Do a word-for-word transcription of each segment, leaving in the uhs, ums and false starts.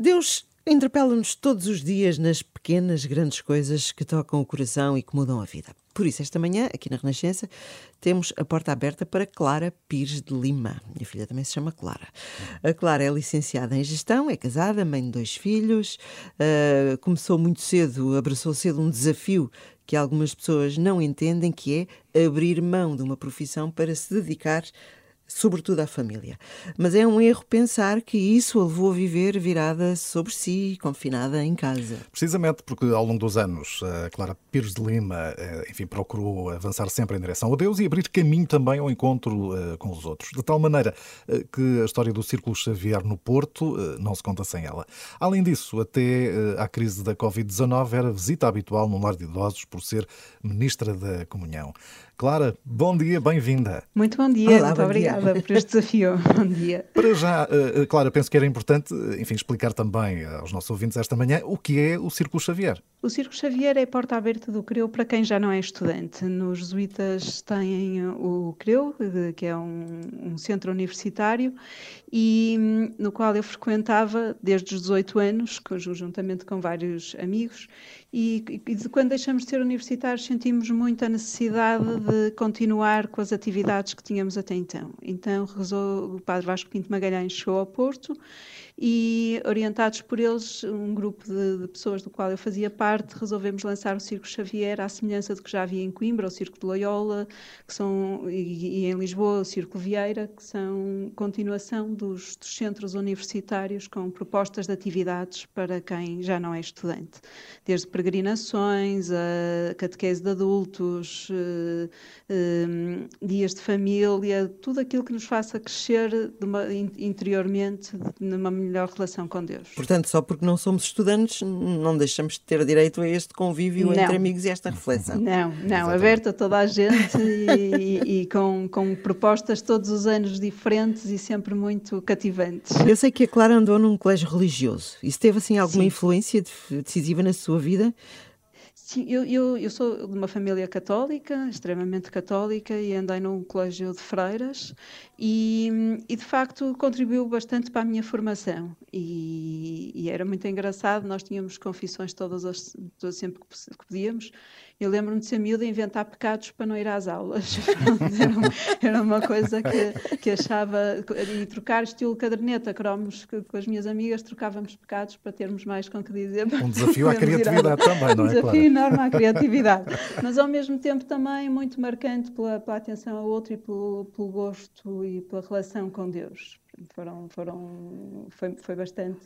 Deus interpela-nos todos os dias nas pequenas, grandes coisas que tocam o coração e que mudam a vida. Por isso, esta manhã, aqui na Renascença, temos a porta aberta para Clara Pires de Lima. Minha filha também se chama Clara. A Clara é licenciada em Gestão, é casada, mãe de dois filhos, uh, começou muito cedo, abraçou cedo um desafio que algumas pessoas não entendem, que é abrir mão de uma profissão para se dedicar sobretudo à família. Mas é um erro pensar que isso a levou a viver virada sobre si, confinada em casa. Precisamente porque ao longo dos anos a Clara Pires de Lima, enfim, procurou avançar sempre em direção a Deus e abrir caminho também ao encontro uh, com os outros. De tal maneira uh, que a história do Círculo Xavier no Porto uh, não se conta sem ela. Além disso, até uh, à crise da covid dezanove era visita habitual num lar de idosos por ser Ministra da Comunhão. Clara, bom dia, bem-vinda. Muito bom dia, Olá, muito bom obrigada dia. por este desafio. Bom dia. Para já, uh, Clara, penso que era importante, enfim, explicar também aos nossos ouvintes esta manhã o que é o Círculo Xavier. O Círculo Xavier é a porta aberta do CREU para quem já não é estudante. Nos jesuítas têm o CREU, que é um, um centro universitário, e no qual eu frequentava desde os dezoito anos, juntamente com vários amigos, e, e de quando deixamos de ser universitários sentimos muito a necessidade de continuar com as atividades que tínhamos até então. Então rezou, o padre Vasco Pinto Magalhães chegou ao Porto e, orientados por eles, um grupo de, de pessoas do qual eu fazia parte, resolvemos lançar o Círculo Xavier à semelhança do que já havia em Coimbra, o Círculo de Loyola, que são, e, e em Lisboa o Círculo Vieira, que são continuação dos, dos centros universitários com propostas de atividades para quem já não é estudante. Desde peregrinações, a catequese de adultos, eh, eh, dias de família, tudo aquilo que nos faça crescer de uma, interiormente numa melhor relação com Deus. Portanto, só porque não somos estudantes, não deixamos de ter direito a este convívio Não. entre amigos e esta reflexão. Não, não, Exatamente. Aberto a toda a gente e, e, e com, com propostas todos os anos diferentes e sempre muito cativantes. Eu sei que a Clara andou num colégio religioso. Isso teve, assim, alguma Sim. influência decisiva na sua vida? Sim, eu, eu, eu sou de uma família católica, extremamente católica, e andei num colégio de freiras e, e de facto contribuiu bastante para a minha formação e, e era muito engraçado, nós tínhamos confissões todas as, todas sempre que podíamos. Eu lembro-me de ser miúda e inventar pecados para não ir às aulas. era, uma, era uma coisa que, que achava, e trocar estilo caderneta, cromos com as minhas amigas, trocávamos pecados para termos mais com que dizer. Um desafio à criatividade também, não é, Um desafio Clara? enorme à criatividade, mas ao mesmo tempo também muito marcante pela, pela atenção ao outro e pelo, pelo gosto e pela relação com Deus. Foram, foram, foi, foi bastante...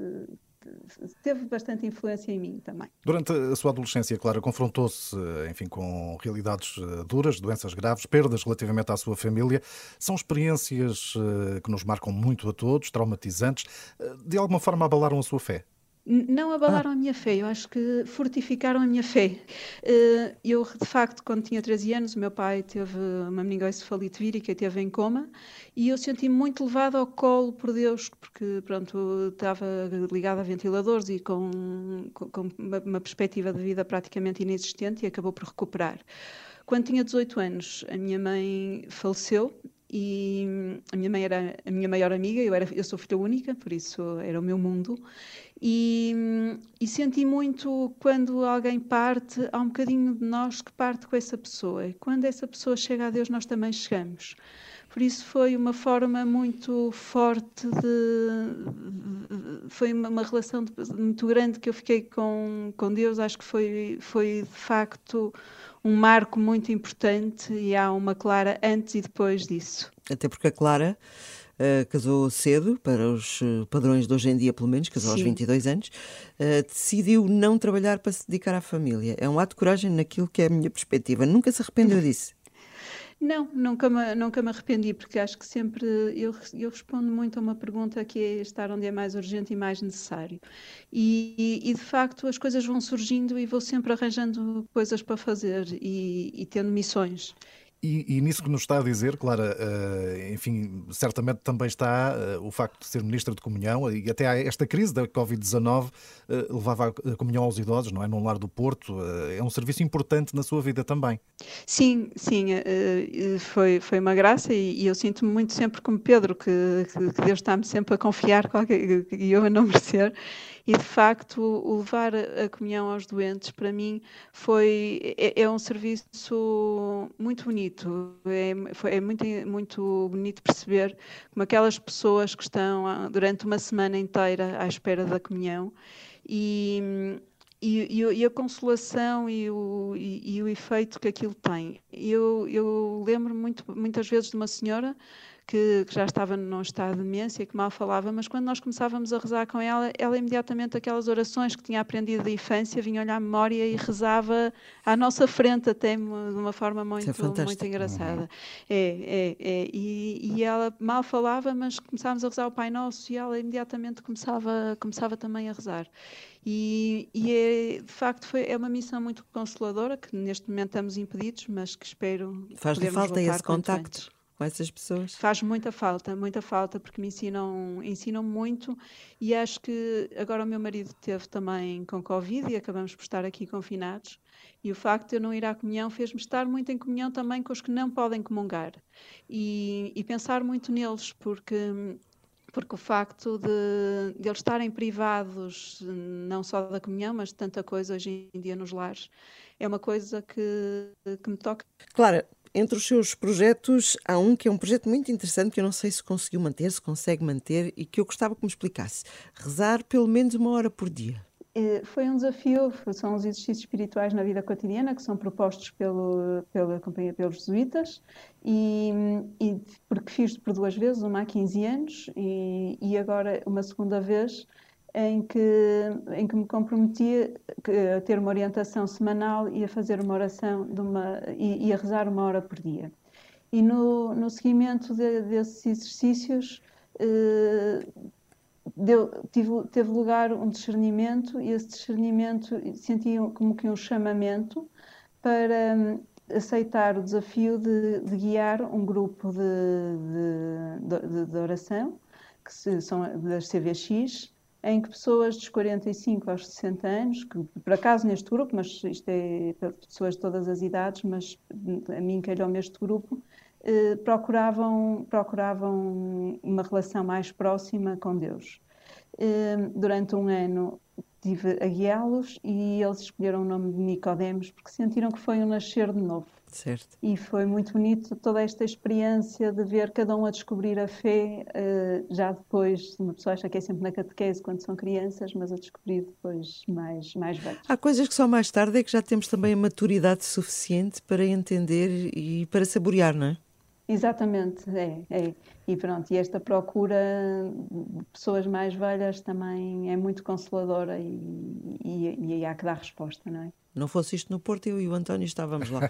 teve bastante influência em mim também. Durante a sua adolescência, Clara, confrontou-se, enfim, com realidades duras, doenças graves, perdas relativamente à sua família. São experiências que nos marcam muito a todos, traumatizantes. De alguma forma abalaram a sua fé? Não abalaram ah. a minha fé, eu acho que fortificaram a minha fé. Eu, de facto, quando tinha treze anos, o meu pai teve uma meningocefalite vírica e esteve em coma, e eu senti-me muito levada ao colo por Deus, porque, pronto, estava ligada a ventiladores e com, com uma, uma perspectiva de vida praticamente inexistente, e acabou por recuperar. Quando tinha dezoito anos, a minha mãe faleceu. E a minha mãe era a minha maior amiga, eu, era, eu sou filha única, por isso era o meu mundo. E, e senti muito quando alguém parte, há um bocadinho de nós que parte com essa pessoa. E quando essa pessoa chega a Deus, nós também chegamos. Por isso foi uma forma muito forte de... Foi uma, uma relação de, muito grande que eu fiquei com, com Deus. Acho que foi, foi, de facto, um marco muito importante e há uma Clara antes e depois disso. Até porque a Clara uh, casou cedo, para os padrões de hoje em dia, pelo menos, casou Sim. aos vinte e dois anos, uh, decidiu não trabalhar para se dedicar à família. É um ato de coragem naquilo que é a minha perspectiva. Nunca se arrependeu disso? Não, nunca me, nunca me arrependi, porque acho que sempre eu, eu respondo muito a uma pergunta que é estar onde é mais urgente e mais necessário. E, e, e de facto as coisas vão surgindo e vou sempre arranjando coisas para fazer e, e tendo missões. E, e nisso que nos está a dizer, Clara, enfim, certamente também está o facto de ser Ministra de Comunhão, e até esta crise da covid dezanove levava a comunhão aos idosos, não é? Num lar do Porto. É um serviço importante na sua vida também. Sim, sim, foi, foi uma graça e, e eu sinto-me muito sempre como Pedro, que, que Deus está-me sempre a confiar qualquer, e eu a não merecer. E de facto, o levar a comunhão aos doentes, para mim, foi, é, é um serviço muito bonito. É, foi, é muito, muito bonito perceber como aquelas pessoas que estão durante uma semana inteira à espera da comunhão e, e, e a consolação e o, e, e o efeito que aquilo tem. Eu, eu lembro muito, muitas vezes de uma senhora Que, que já estava num estado de demência, que mal falava, mas quando nós começávamos a rezar com ela, ela imediatamente aquelas orações que tinha aprendido da infância vinham-lhe à memória e rezava à nossa frente até de uma forma muito, é muito engraçada. Uhum. É, é, é. E, e ela mal falava, mas começávamos a rezar o Pai Nosso e ela imediatamente começava, começava também a rezar. E, e é, de facto foi, é uma missão muito consoladora, que neste momento estamos impedidos, mas que espero Faz-lhe falta esse contacto antes. Com essas pessoas? Faz muita falta, muita falta, porque me ensinam, ensinam muito e acho que agora o meu marido teve também com Covid e acabamos por estar aqui confinados e o facto de eu não ir à comunhão fez-me estar muito em comunhão também com os que não podem comungar e, e pensar muito neles, porque... Porque o facto de, de eles estarem privados, não só da comunhão, mas de tanta coisa hoje em dia nos lares, é uma coisa que, que me toca. Clara, entre os seus projetos, há um que é um projeto muito interessante que eu não sei se conseguiu manter, se consegue manter e que eu gostava que me explicasse. Rezar pelo menos uma hora por dia. Foi um desafio, são os exercícios espirituais na vida cotidiana que são propostos pelo, pela companhia, pelos jesuítas e, e porque fiz por duas vezes, uma há quinze anos e, e agora uma segunda vez em que, em que me comprometi a ter uma orientação semanal e a fazer uma oração de uma, e, e a rezar uma hora por dia. E no, no seguimento de, desses exercícios eh, Deu, tive, teve lugar um discernimento e esse discernimento senti como que um chamamento para um, aceitar o desafio de, de guiar um grupo de, de, de, de oração, que se, são das C V X, em que pessoas dos quarenta e cinco aos sessenta anos, que por acaso neste grupo, mas isto é para pessoas de todas as idades, mas a mim calhou-me este grupo, Eh, procuravam, procuravam uma relação mais próxima com Deus. Eh, durante um ano estive a guiá-los e eles escolheram o nome de Nicodemos porque sentiram que foi um nascer de novo. Certo. E foi muito bonito toda esta experiência de ver cada um a descobrir a fé, eh, já depois, uma pessoa acha que é sempre na catequese quando são crianças, mas a descobrir depois mais, mais velhos. Há coisas que só mais tarde é que já temos também a maturidade suficiente para entender e para saborear, não é? Exatamente, é, é. E pronto, e esta procura de pessoas mais velhas também é muito consoladora e, e, e há que dar resposta, não é? Não fosse isto no Porto, eu e o António estávamos lá.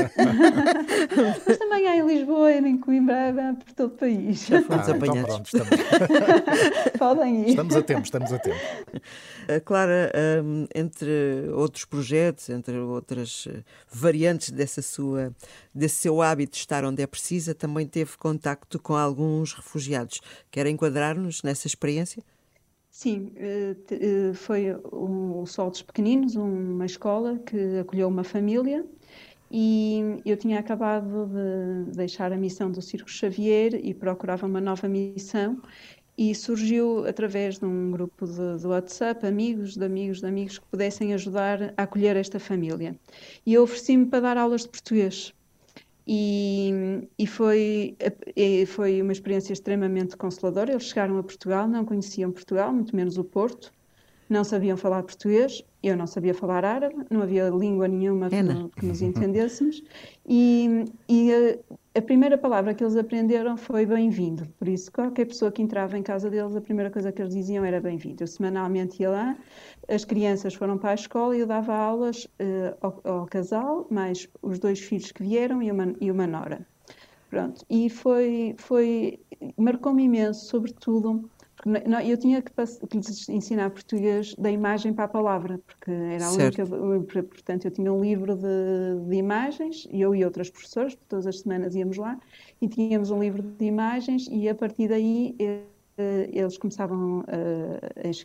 Mas também há em Lisboa, em Coimbra, há por todo o país. Já fomos ah, apanhados. Então pronto, estamos... Podem ir. Estamos a tempo, estamos a tempo. A Clara, um, entre outros projetos, entre outras variantes dessa sua, desse seu hábito de estar onde é precisa, também teve contacto com alguns refugiados. Quer enquadrar-nos nessa experiência? Sim, foi o Sol dos Pequeninos, uma escola que acolheu uma família e eu tinha acabado de deixar a missão do Círculo Xavier e procurava uma nova missão e surgiu através de um grupo de, de WhatsApp, amigos de amigos de amigos que pudessem ajudar a acolher esta família. E eu ofereci-me para dar aulas de português. E, e foi, e foi uma experiência extremamente consoladora. Eles chegaram a Portugal, não conheciam Portugal, muito menos o Porto, não sabiam falar português, eu não sabia falar árabe, não havia língua nenhuma que, no, que nos entendêssemos, e, e a, a primeira palavra que eles aprenderam foi bem-vindo. Por isso, qualquer pessoa que entrava em casa deles, a primeira coisa que eles diziam era bem-vindo. Eu semanalmente ia lá, as crianças foram para a escola e eu dava aulas uh, ao, ao casal, mais os dois filhos que vieram e uma, e uma nora. Pronto, e foi, foi, marcou-me imenso, sobretudo, Porque não- não- eu tinha que, pass- que lhes ensinar português da imagem para a palavra, porque era a única. Certo. Portanto, eu tinha um livro de, de imagens, e eu e outras professoras, todas as semanas íamos lá, e tínhamos um livro de imagens, e a partir daí eh, eh, eles começavam a, a es-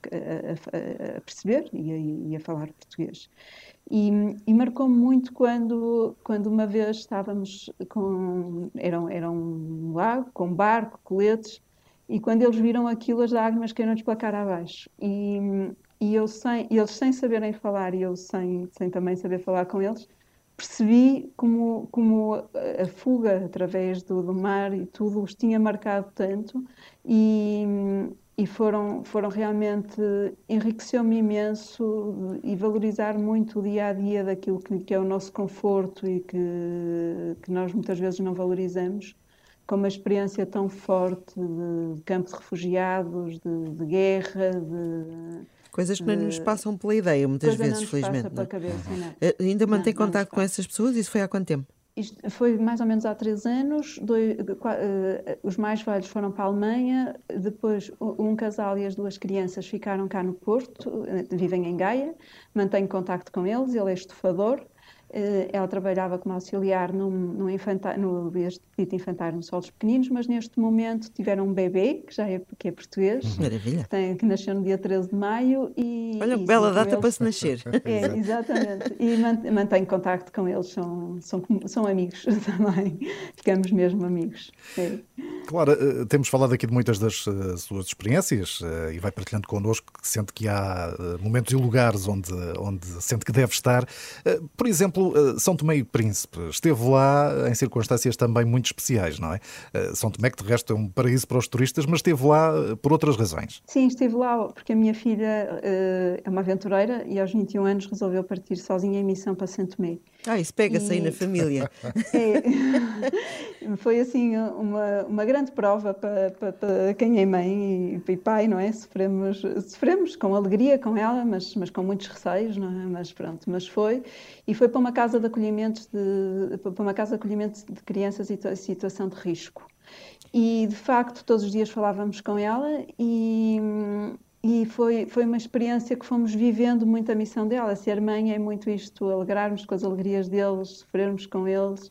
a- a- a perceber e a, e a falar português. E, e marcou-me muito quando, quando uma vez estávamos com. Era, um- era um lago, com barco, coletes, e quando eles viram aquilo, as lágrimas caíram-lhes pela cara abaixo. E, e eu sem, eles sem saberem falar e eu sem, sem também saber falar com eles, percebi como, como a, a fuga através do, do mar e tudo os tinha marcado tanto. E, e foram, foram realmente, enriqueceu-me imenso e valorizar muito o dia a dia daquilo que, que é o nosso conforto e que, que nós muitas vezes não valorizamos, com uma experiência tão forte de, de campo de refugiados, de, de guerra, de, Coisas que não nos de passam pela ideia, muitas coisa não vezes, nos passa felizmente, não pela é? cabeça, não. Eh, Ainda Não, mantém não nos contato com passa. essas pessoas? Isso foi há quanto tempo? Isto foi mais ou menos há três anos. Dois, qua- eh, os mais velhos foram para a Alemanha, depois u- um casal e as duas crianças ficaram cá no Porto, eh, vivem em Gaia, mantenho contacto com eles, ele é estufador. Eh, Ela trabalhava como auxiliar num, num infanta- no este dito infantário no Solos Pequeninos, mas neste momento tiveram um bebê, que já é, que é português, Maravilha. que, tem, que nasceu no dia treze de maio, e, Olha, e sim, bela com data para eles. se nascer. É, exatamente. E man- mantenho contacto com eles, são, são, como- são amigos também. Ficamos mesmo amigos. É. Clara, eh, temos falado aqui de muitas das eh, suas experiências eh, e vai partilhando connosco que sente que há eh, momentos e lugares onde, onde sente que deve estar. Eh, Por exemplo, eh, São Tomé e Príncipe esteve lá em circunstâncias também muito especiais, não é? Eh, São Tomé, que de resto é um paraíso para os turistas, mas esteve lá eh, por outras razões. Sim, estive lá porque a minha filha eh, é uma aventureira e aos vinte e um anos resolveu partir sozinha em missão para Santo Tomé. Ah, isso pega-se aí na E família. é, foi assim uma, uma grande prova para, para, para quem é mãe e, e pai, não é? Sofremos, sofremos com alegria com ela, mas, mas com muitos receios, não é? Mas pronto, mas foi. E foi para uma casa de acolhimento de, para uma casa de acolhimento de crianças em situação de risco. E de facto, todos os dias falávamos com ela e, e foi, foi uma experiência que fomos vivendo muito a missão dela. Ser mãe é muito isto, alegrarmos com as alegrias deles, sofrermos com eles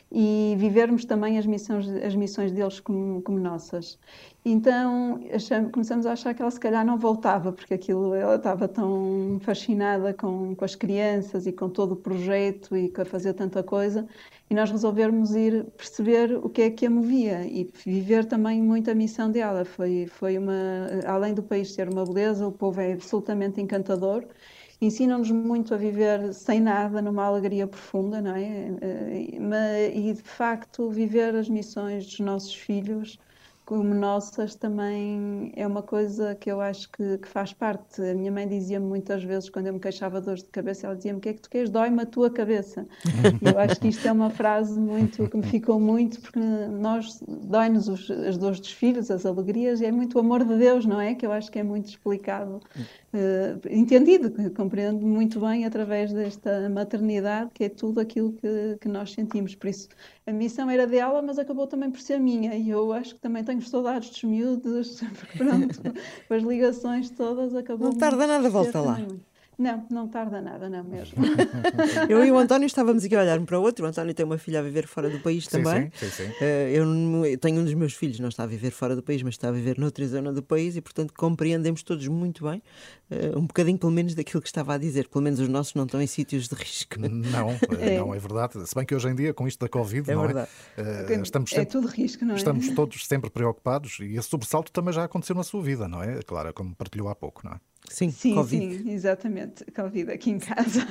e vivermos também as missões, as missões deles como, como nossas. Então achamos, começamos a achar que ela se calhar não voltava, porque aquilo, ela estava tão fascinada com, com as crianças e com todo o projeto e com a fazer tanta coisa, e nós resolvermos ir perceber o que é que a movia e viver também muito a missão dela. Foi, foi uma, além do país ser uma beleza, o povo é absolutamente encantador. Ensinam-nos muito a viver sem nada, numa alegria profunda, não é? Eh, mas- E de facto, viver as missões dos nossos filhos como nossas também é uma coisa que eu acho que, que faz parte. A minha mãe dizia-me muitas vezes, quando eu me queixava de dores de cabeça, ela dizia-me: o que é que tu queres? Dói-me a tua cabeça. E eu acho que isto é uma frase muito que me ficou muito, porque nós dói-nos os- as dores dos filhos, as alegrias, e é muito o amor de Deus, não é? Que eu acho que é muito explicado, eh, entendido, que compreendo muito bem através desta maternidade, que é tudo aquilo que, que nós sentimos. Por isso, a missão era dela, mas acabou também por ser minha, e eu acho que também tenho saudades dos miúdos, porque pronto, com as ligações todas, acabou Não tarda muito nada, por ser volta lá. também muito. Não, não tarda nada, não mesmo. Eu e o António estávamos aqui a olhar um para o outro. O António tem uma filha a viver fora do país Sim, também. sim, sim, sim. Eh, Eu, não- eu tenho um dos meus filhos, não está a viver fora do país, mas está a viver noutra zona do país e, portanto, compreendemos todos muito bem, eh, um bocadinho pelo menos daquilo que estava a dizer. Pelo menos os nossos não estão em sítios de risco. Não, eh, É. não é verdade. Se bem que hoje em dia, com isto da Covid, É não verdade. é? Eh, Estamos É sempre tudo risco, não é? Estamos todos sempre preocupados e esse sobressalto também já aconteceu na sua vida, não é? Claro, como partilhou há pouco, não é? Sim, Sim, Covid. sim, exatamente. Covid aqui em casa.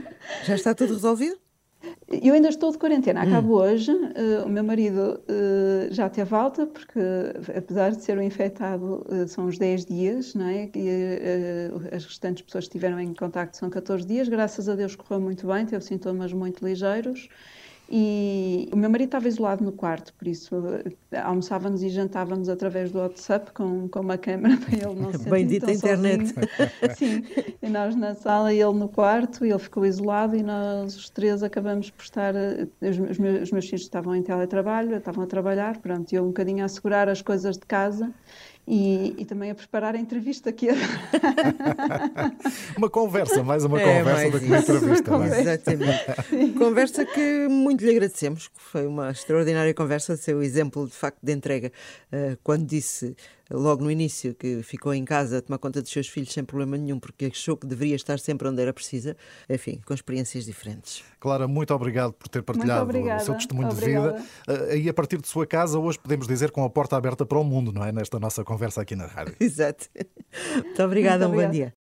Já está tudo resolvido? Eu ainda estou de quarentena, acabo hoje. Eh, o meu marido eh, já teve alta, porque apesar de ser um infectado, eh, são uns dez dias, não é? E eh, as restantes pessoas que estiveram em contacto são catorze dias. Graças a Deus correu muito bem, teve sintomas muito ligeiros. E o meu marido estava isolado no quarto, por isso eh, almoçávamos e jantávamos através do WhatsApp com, com uma câmera para ele não se sentir Bendita tão internet. sozinho. Sim, e nós na sala e ele no quarto, e ele ficou isolado e nós os três acabamos por estar, eh, os, os meus, os meus filhos estavam em teletrabalho, estavam a trabalhar, pronto, eu um bocadinho a assegurar as coisas de casa e, e também a preparar a entrevista aqui. Uma conversa, mais uma É, conversa mais do que uma isso. entrevista. Não é? Exatamente. Conversa que muito lhe agradecemos, que foi uma extraordinária conversa, seu exemplo de facto de entrega. Uh, quando disse logo no início que ficou em casa a tomar conta dos seus filhos sem problema nenhum, porque achou que deveria estar sempre onde era precisa, enfim, com experiências diferentes. Clara, muito obrigado por ter partilhado o seu testemunho obrigada. de vida. Uh, e a partir de sua casa, hoje podemos dizer com a porta aberta para o mundo, não é? Nesta nossa conversa aqui na rádio. Exato. Muito obrigada, Muito um bom obrigada. dia.